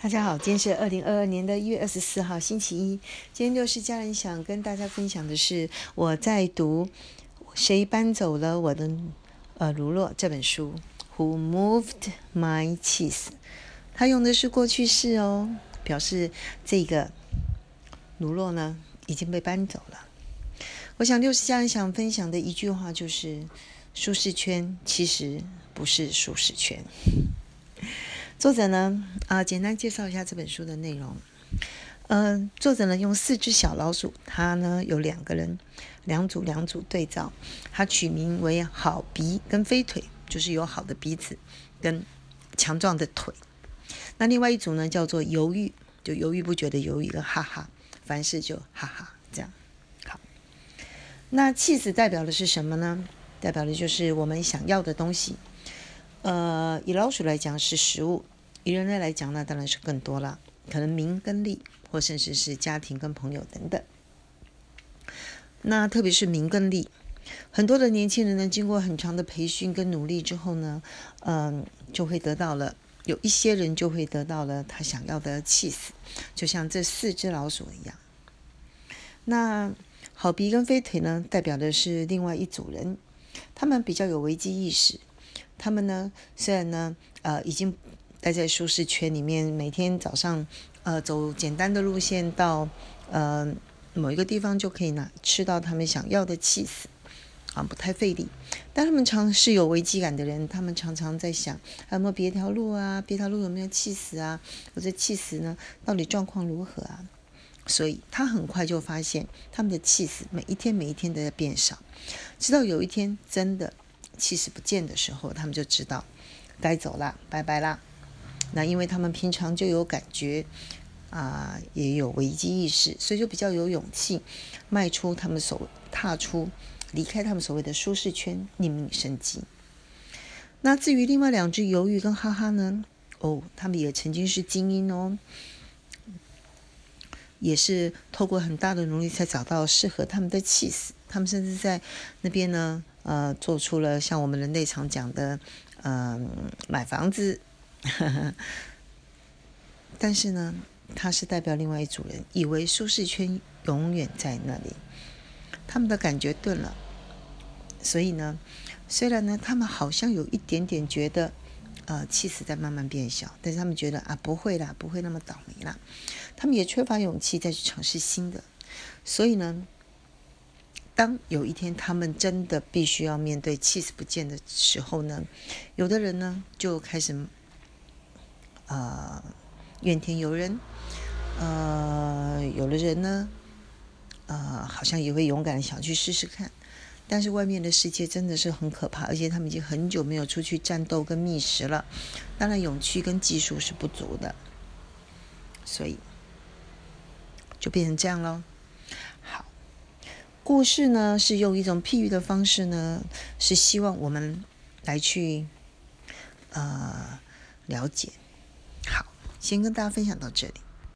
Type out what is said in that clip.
大家好，今天是2022年的1月24号，星期一。今天就是家人想跟大家分享的是我在读谁搬走了我的乳酪这本书 Who moved my cheese？ 他用的是过去式哦，表示这个乳酪呢已经被搬走了。我想60家人想分享的一句话就是舒适圈其实不是舒适圈。作者呢简单介绍一下这本书的内容。作者呢用4只小老鼠，他呢有2个人，两组对照，他取名为好鼻跟飞腿，就是有好的鼻子跟强壮的腿。那另外一组呢叫做犹豫，就犹豫不决的犹豫跟哈哈，凡事就哈哈这样。好，那cheese代表的是什么呢？代表的就是我们想要的东西。以老鼠来讲是食物，以人类来讲呢当然是更多了，可能名跟利，或甚至是家庭跟朋友等等。那特别是名跟利，很多的年轻人呢经过很长的培训跟努力之后呢就会得到了，有一些人就会得到了他想要的cheese，就像这4只老鼠一样。那好鼻跟飞腿呢代表的是另外一组人，他们比较有危机意识，他们呢虽然呢已经待在舒适圈里面，每天早上走简单的路线到某一个地方就可以吃到他们想要的cheese不太费力。但他们常是有危机感的人，他们常常在想还有没有别条路啊，别条路有没有cheese啊，或者cheese呢到底状况如何啊。所以他很快就发现他们的cheese每一天都在变少，直到有一天真的cheese不见的时候，他们就知道该走了，拜拜啦。那因为他们平常就有感觉也有危机意识，所以就比较有勇气踏出离开他们所谓的舒适圈，另觅生机。那至于另外2只犹豫跟哈哈呢，他们也曾经是精英哦，也是透过很大的努力才找到适合他们的cheese。他们甚至在那边呢做出了像我们人类常讲的买房子但是呢它是代表另外一组人，以为舒适圈永远在那里，他们的感觉钝了。所以呢虽然呢他们好像有一点点觉得cheese在慢慢变小，但是他们觉得不会啦，不会那么倒霉啦，他们也缺乏勇气再去尝试新的。所以呢当有一天他们真的必须要面对cheese不见的时候呢，有的人呢就开始怨天尤人，有的人呢好像也会勇敢想去试试看。但是外面的世界真的是很可怕，而且他们已经很久没有出去战斗跟觅食了，当然勇气跟技术是不足的，所以就变成这样咯。好，故事呢是用一种譬喻的方式呢，是希望我们来去了解。好，先跟大家分享到这里。